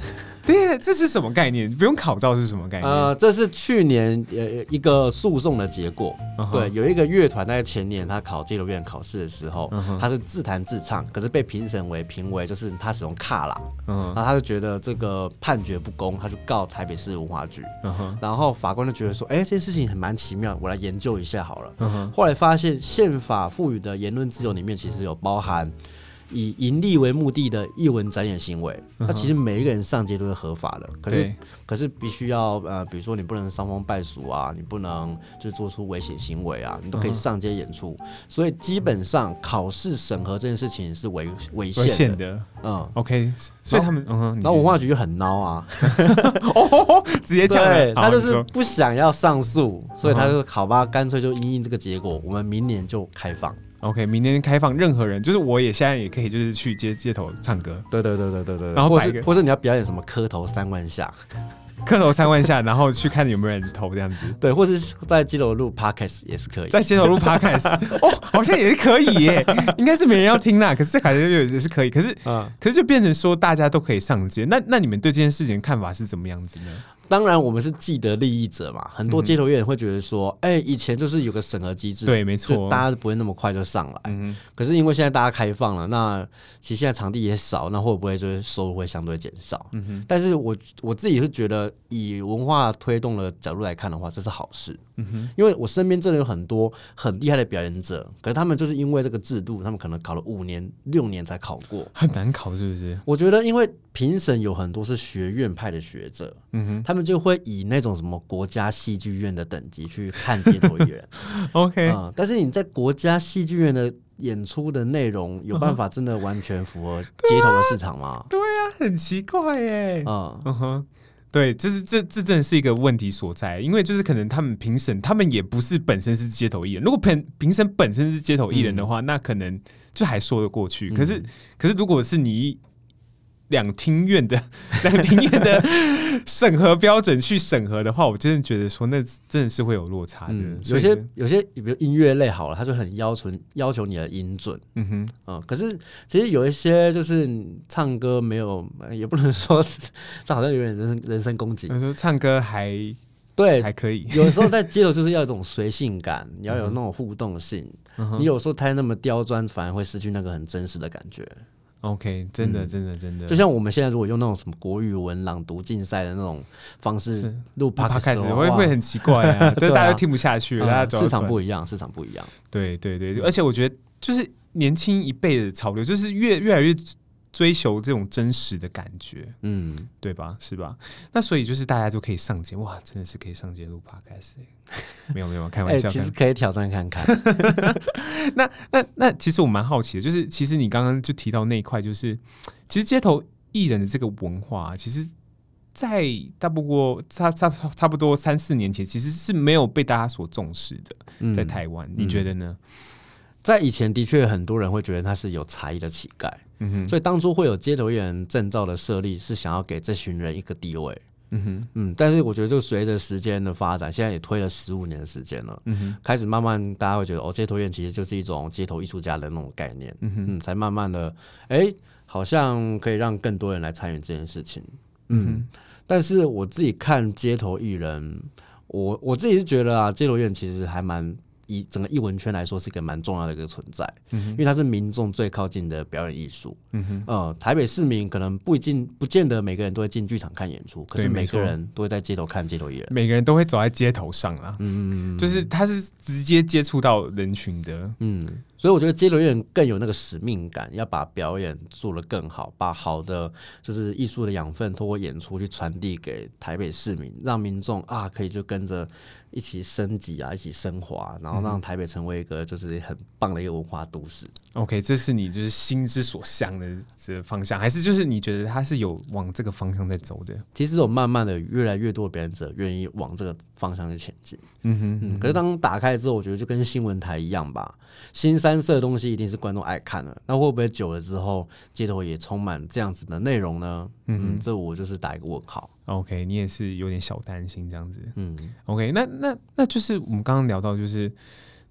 对，这是什么概念？不用考照是什么概念？ 呃，这是去年呃一个诉讼的结果。Uh-huh. 对，有一个乐团在前年他考街头艺人考试的时候， uh-huh. 他是自弹自唱，可是被评审为评为就是他使用卡啦， uh-huh. 然后他就觉得这个判决不公，他就告台北市文化局。Uh-huh. 然后法官就觉得说，哎、欸，这件事情很蛮奇妙，我来研究一下好了。Uh-huh. 后来发现宪法赋予的言论自由里面其实有包含以盈利为目的的艺文展演行为，那、uh-huh. 其实每一个人上街都是合法的，可是可是必须要呃，比如说你不能伤风败俗啊，你不能就是做出危险行为啊，你都可以上街演出。Uh-huh. 所以基本上考试审核这件事情是违违宪的。的嗯 ，OK， 所以他们， 然后, 然后文化局就很孬啊， 哦，直接讲了， 他就是不想要上诉，所以他就好吧，干脆就因应这个结果，我们明年就开放。 OK， 明年开放任何人，就是我也现在也可以，就是去街街头唱歌。 对对对对对对。 然后或是或是你要表演什么磕头三万下， 磕头三万下，然后去看有没有人投这样子。 对，或是在街头录 podcast 也是可以。 在街头录 podcast， 哦，好像也是可以耶，应该是没人要听啦，可是这感觉也是可以。可是，嗯、可是就变成说大家都可以上街，那那你们对这件事情的看法是怎么样子呢？ 当然，我们是既得利益者嘛，很多街头艺人会觉得说，哎、欸，以前就是有个审核机制， 对，没错， 大家不会那么快就上来。嗯、可是因为现在大家开放了，那其实现在场地也少，那会不会就是收入会相对减少？嗯、但是我我自己是觉得，以文化推动的角度来看的话，这是好事。嗯、因为我身边真的有很多很厉害的表演者，可是他们就是因为这个制度，他们可能考了五年、六年才考过， 很难考，是不是？ 我觉得，因为评审有很多是学院派的学者，嗯哼，他们就会以那种什么国家戏剧院的等级去看街头艺人。 OK，、 嗯、但是你在国家戏剧院的演出的内容，有办法真的完全符合街头的市场吗？ 对啊，很奇怪耶。 嗯嗯哼。对，就是这这真的是一个问题所在，因为就是可能他们评审，他们也不是本身是街头艺人。如果评评审本身是街头艺人的话，嗯、那可能就还说得过去。可是，嗯、可是如果是你两厅院的两厅院的审核标准去审核的话，我真的觉得说那真的是会有落差的。嗯、 有些有些比如音乐类好了，他就很要求要求你的音准，嗯哼，嗯，可是其实有一些就是唱歌没有，也不能说这好像有点人身人身攻击。 他说唱歌还对还可以， 有时候在街头就是要有一种随性感，你要有那种互动性。嗯、你有时候太那么刁钻，反而会失去那个很真实的感觉。 OK， 真的，真的，真的， 就像我们现在如果用那种什么国语文朗读竞赛的那种方式录 podcast， 会会很奇怪啊，这大家都听不下去，大家市场不一样，市场不一样。 对对对，而且我觉得就是年轻一辈的潮流，就是越越来越追求这种真实的感觉，嗯，对吧？是吧？那所以就是大家就可以上街，哇，真的是可以上街录 podcast，没有没有，开玩笑， 欸、其实可以挑战看看。 那那那，其实我蛮好奇的，就是其实你刚刚就提到那一块，就是其实街头艺人的这个文化、啊，其实，在大不过差差差不多三四年前，其实是没有被大家所重视的，嗯、在台湾，你觉得呢？嗯、 在以前的确很多人会觉得他是有才艺的乞丐，嗯哼，所以当初会有街头艺人证照的设立，是想要给这群人一个地位。嗯哼，嗯，但是我觉得就随着时间的发展，现在也推了十五年的时间了，嗯哼，开始慢慢大家会觉得哦，街头艺人其实就是一种街头艺术家的那种概念，嗯哼，嗯，才慢慢的，哎、欸，好像可以让更多人来参与这件事情，嗯，嗯但是我自己看街头艺人，我我自己是觉得啊，街头艺人其实还蛮。以整个艺文圈来说，是一个蛮重要的一个存在，嗯、因为它是民众最靠近的表演艺术。嗯呃，台北市民可能不一定不见得每个人都会进剧场看演出，可是每个人都会在街头看街头艺人， 每个人都会走在街头上啦。嗯，就是他是直接接触到人群的。嗯。 所以我觉得街头艺人更有那个使命感，要把表演做得更好，把好的就是艺术的养分透过演出去传递给台北市民，让民众啊可以就跟着一起升级啊，一起升华，然后让台北成为一个就是很棒的一个文化都市。 OK， 这是你就是心之所向的这个方向，还是就是你觉得他是有往这个方向在走的？ 其实有慢慢的越来越多的表演者愿意往这个方向去前进。嗯哼，嗯，可是当打开之后，我觉得就跟新闻台一样吧，新三色的东西一定是观众爱看的，那会不会久了之后，街头也充满这样子的内容呢？嗯, 嗯，这我就是打一个问号。 OK， 你也是有点小担心这样子。嗯 ，OK， 那那那就是我们刚刚聊到就是。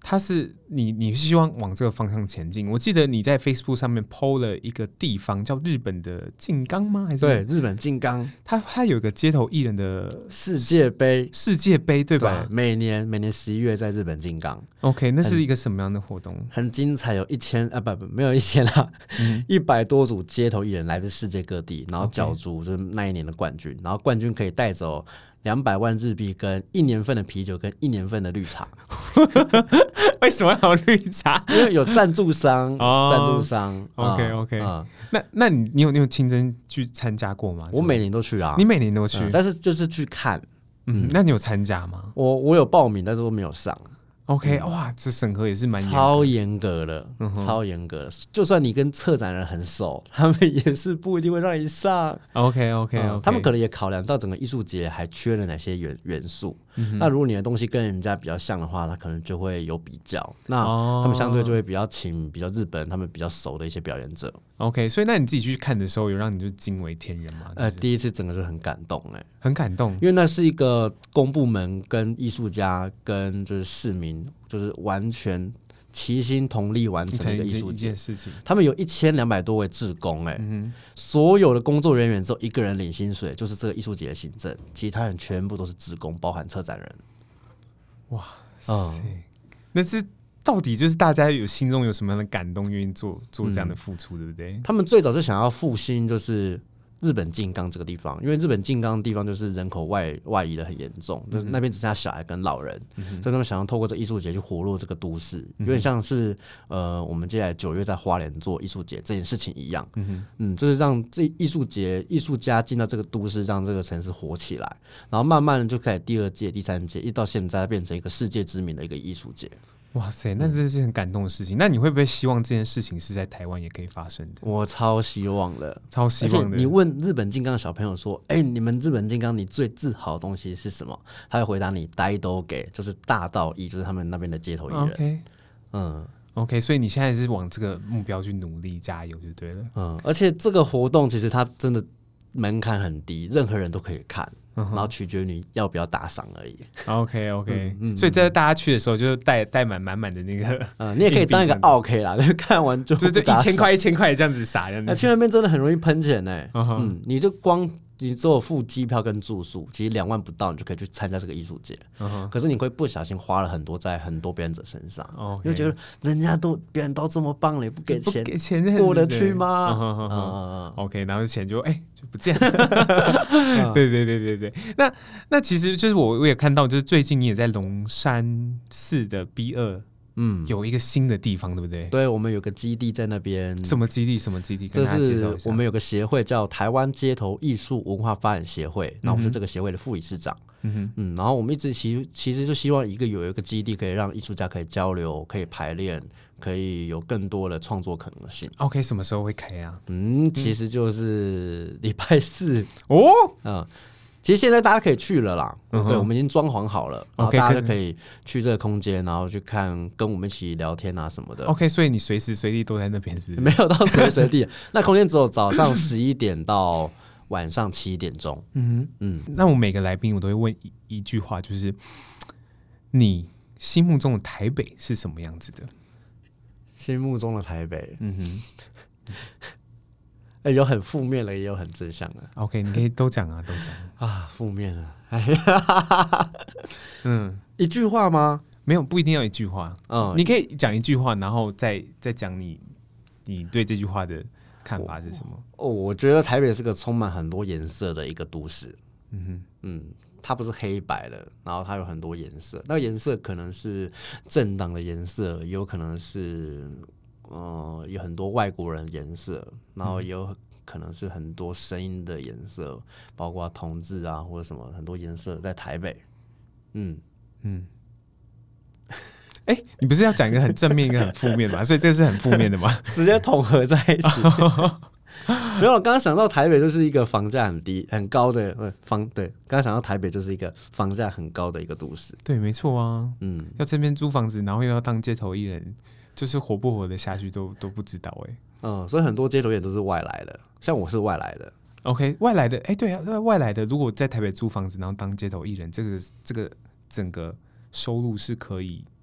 它是你你希望往这个方向前进。我记得你在 Facebook 上面 po 了一个地方叫日本的静冈吗？还是对，日本静冈， 它它有一个街头艺人的世界杯， 世界杯对吧？ 对，每年每年十一月在日本静冈。 OK， 那是一个什么样的活动？ 很精彩，有一千啊不不没有一千啦，一百、嗯、多组街头艺人来自世界各地，然后角逐就是那一年的冠军， okay. 然后冠军可以带走两百万日币跟一年份的啤酒跟一年份的绿茶。 为什么要绿茶？ 因为有赞助商，赞、oh, 助商。 OK OK，、嗯、那那你你有你有亲身去参加过吗？ 我每年都去啊， 你每年都去， 嗯、但是就是去看。 嗯，那你有参加吗？ 我我有报名，但是我没有上。 OK，、嗯、哇，这审核也是蛮超严格的，嗯、超严格的。就算你跟策展人很熟，他们也是不一定会让你上。 OK OK OK，、嗯、 他们可能也考量到整个艺术节还缺了哪些元元素。嗯、那如果你的东西跟人家比较像的话，他可能就会有比较。那他们相对就会比较请比较日本他们比较熟的一些表演者。 OK， 所以那你自己去看的时候，有让你就惊为天人吗？ 呃，第一次整个就很感动哎、欸， 很感动， 因为那是一个公部门跟艺术家跟就是市民就是完全齐心同力完成的一个艺术节事情。 他们有一千两百多位志工哎、欸嗯，所有的工作人员只有一个人领薪水，就是这个艺术节的行政，其他人全部都是志工，包含策展人。 哇塞，嗯、那是。到底就是大家有心中有什么样的感动，愿意做做这样的付出，嗯、对不对？ 他们最早是想要复兴，就是日本静冈这个地方，因为日本静冈的地方就是人口外外移的很严重，嗯、就是那边只剩下小孩跟老人，嗯、所以他们想要透过这艺术节去活络这个都市，嗯、有点像是呃我们接下来九月在花莲做艺术节这件事情一样，嗯嗯，就是让这艺术节艺术家进到这个都市，让这个城市活起来，然后慢慢的就开始第二届、第三届，一直到现在变成一个世界知名的一个艺术节。 哇塞，那真是很感动的事情。嗯、那你会不会希望这件事情是在台湾也可以发生的？ 我超希望的， 超希望的。 而且你问日本静冈的小朋友说：“哎、欸，你们日本静冈你最自豪的东西是什么？”他会回答你 "Daidoge"， 就是大道艺，就是他们那边的街头艺人。 OK， 嗯 ，OK， 所以你现在是往这个目标去努力加油就对了。 嗯，而且这个活动其实它真的门槛很低，任何人都可以看。然后取决于你要不要打赏而已。 OK OK，嗯嗯、所以在大家去的时候就带带满满满的那个， 嗯，你也可以当一个 OK 啦，就看完就对对，一千块一千块这样子撒，这样子。 去那边真的很容易喷钱呢、欸。Uh-huh. 嗯，你就光你只有付机票跟住宿，其实两万不到，你就可以去参加这个艺术节。Uh-huh. 可是你会不小心花了很多在很多表演者身上， okay. 你就觉得人家都表演到这么棒了，也不给钱， 不给钱过得去吗、 uh-huh. uh-huh. ？OK， 然后钱就哎、欸、就不见了。对对对对对，那那其实就是我我也看到，就是最近你也在龙山寺的 B 二。嗯，有一个新的地方，对不对？ 对，我们有个基地在那边。 什么基地？什么基地？跟大家介绍一下。 我们有个协会叫台湾街头艺术文化发展协会，然后我是这个协会的副理事长。嗯嗯，然后我们一直其其实就希望一个有一个基地，可以让艺术家可以交流、可以排练、可以有更多的创作可能性。 OK， 什么时候会开啊？ 嗯，其实就是礼拜四哦。 嗯。其实现在大家可以去了啦，嗯、对，我们已经装潢好了，然后大家就可以去这个空间，然后去看，跟我们一起聊天啊什么的。 OK， 所以你随时随地都在那边，是不是？ 没有到随时随地，那空间只有早上十一点到晚上七点钟。嗯嗯，那我每个来宾我都会问 一, 一句话，就是你心目中的台北是什么样子的？ 心目中的台北，嗯哼。欸、有很负面的，也有很正向的。 OK， 你可以都讲啊，都讲啊。负面的，哎呀，嗯，一句话吗？ 没有，不一定要一句话。嗯，你可以讲一句话，然后再再讲你你对这句话的看法是什么？ 哦，我觉得台北是个充满很多颜色的一个都市。嗯哼，嗯，它不是黑白的，然后它有很多颜色。那个颜色可能是政党的颜色，也有可能是。呃，有很多外国人颜色，然后也有可能是很多声音的颜色，包括同志啊或者什么很多颜色在台北。嗯嗯， 哎、欸，你不是要讲一个很正面一个很负面吗？所以这个是很负面的吗？ 直接统合在一起。没有，我刚刚想到台北就是一个房价很低很高的房，对，刚刚想到台北就是一个房价很高的一个都市。 对，没错啊。嗯，要这边租房子，然后又要当街头艺人。就是活不活得下去都都不知道哎、欸， 嗯，所以很多街头艺人都是外来的，像我是外来的。 OK， 外来的，哎、欸，对啊，外来的，如果在台北租房子，然后当街头艺人，这个这个整个收入是可以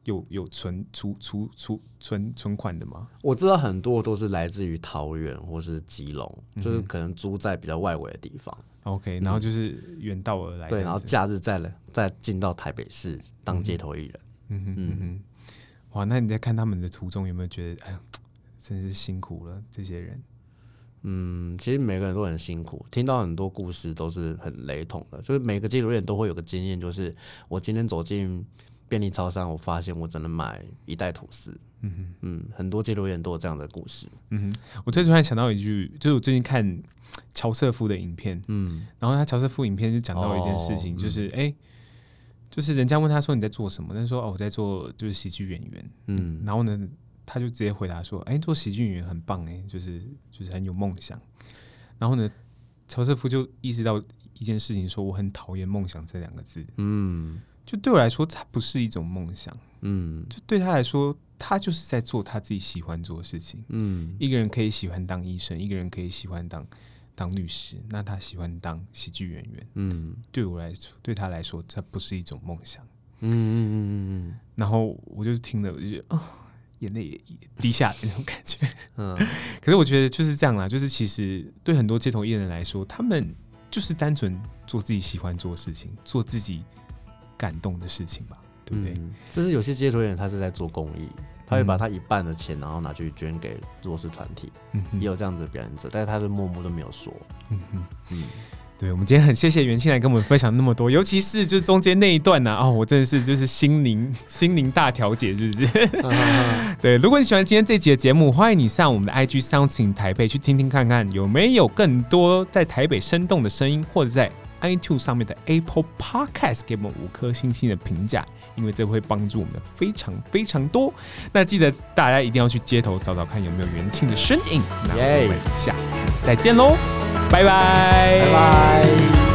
有有存储储储存存款的吗？ 我知道很多都是来自于桃园或是基隆，嗯、就是可能租在比较外围的地方。 OK， 然后就是远道而来、嗯， 对，然后假日再来再进到台北市当街头艺人。 嗯哼嗯哼，哇，那你在看他们的途中有没有觉得，哎呀，真是辛苦了这些人？ 嗯，其实每个人都很辛苦，听到很多故事都是很雷同的，就是每个街头艺人都会有个经验，就是我今天走进便利超商，我发现我只能买一袋吐司。嗯哼，嗯，很多街头艺人都有这样的故事。 嗯哼，我最突然想到一句，就是我最近看乔瑟夫的影片，嗯，然后他乔瑟夫影片就讲到一件事情，哦、就是哎、欸，就是人家问他说你在做什么，他说哦我在做就是喜剧演员，嗯，然后呢他就直接回答说，哎、欸，做喜剧演员很棒哎、欸，就是就是很有梦想。然后呢，乔瑟夫就意识到一件事情，说我很讨厌梦想这两个字，嗯，就对我来说，它不是一种梦想，嗯，就对他来说，他就是在做他自己喜欢做的事情，嗯，一个人可以喜欢当医生，一个人可以喜欢当当律师，那他喜欢当喜剧演员，嗯，对我来说，对他来说，这不是一种梦想，嗯嗯嗯嗯嗯，然后我就听了，我就觉得，哦。眼泪也滴下的那种感觉，嗯，可是我觉得就是这样啦，就是其实对很多街头艺人来说，他们就是单纯做自己喜欢做的事情，做自己感动的事情吧，对不对？嗯、 这是有些街头艺人他是在做公益，他会把他一半的钱然后拿去捐给弱势团体，嗯、也有这样子的表演者，但是他是默默都没有说，嗯嗯嗯。 对，我们今天很谢谢元庆来跟我们分享那么多，尤其是就是中间那一段呢、啊，哦，我真的是就是心灵心灵大调节，是不是？对，如果你喜欢今天这集的节目，欢迎你上我们的 I G Something 台北去听听看看，有没有更多在台北生动的声音，或者在 iTunes 上面的 Apple Podcast 给我们五颗星星的评价，因为这会帮助我们的非常非常多。那记得大家一定要去街头找找看有没有元庆的身影。那我们下次再见喽。拜拜， 拜拜。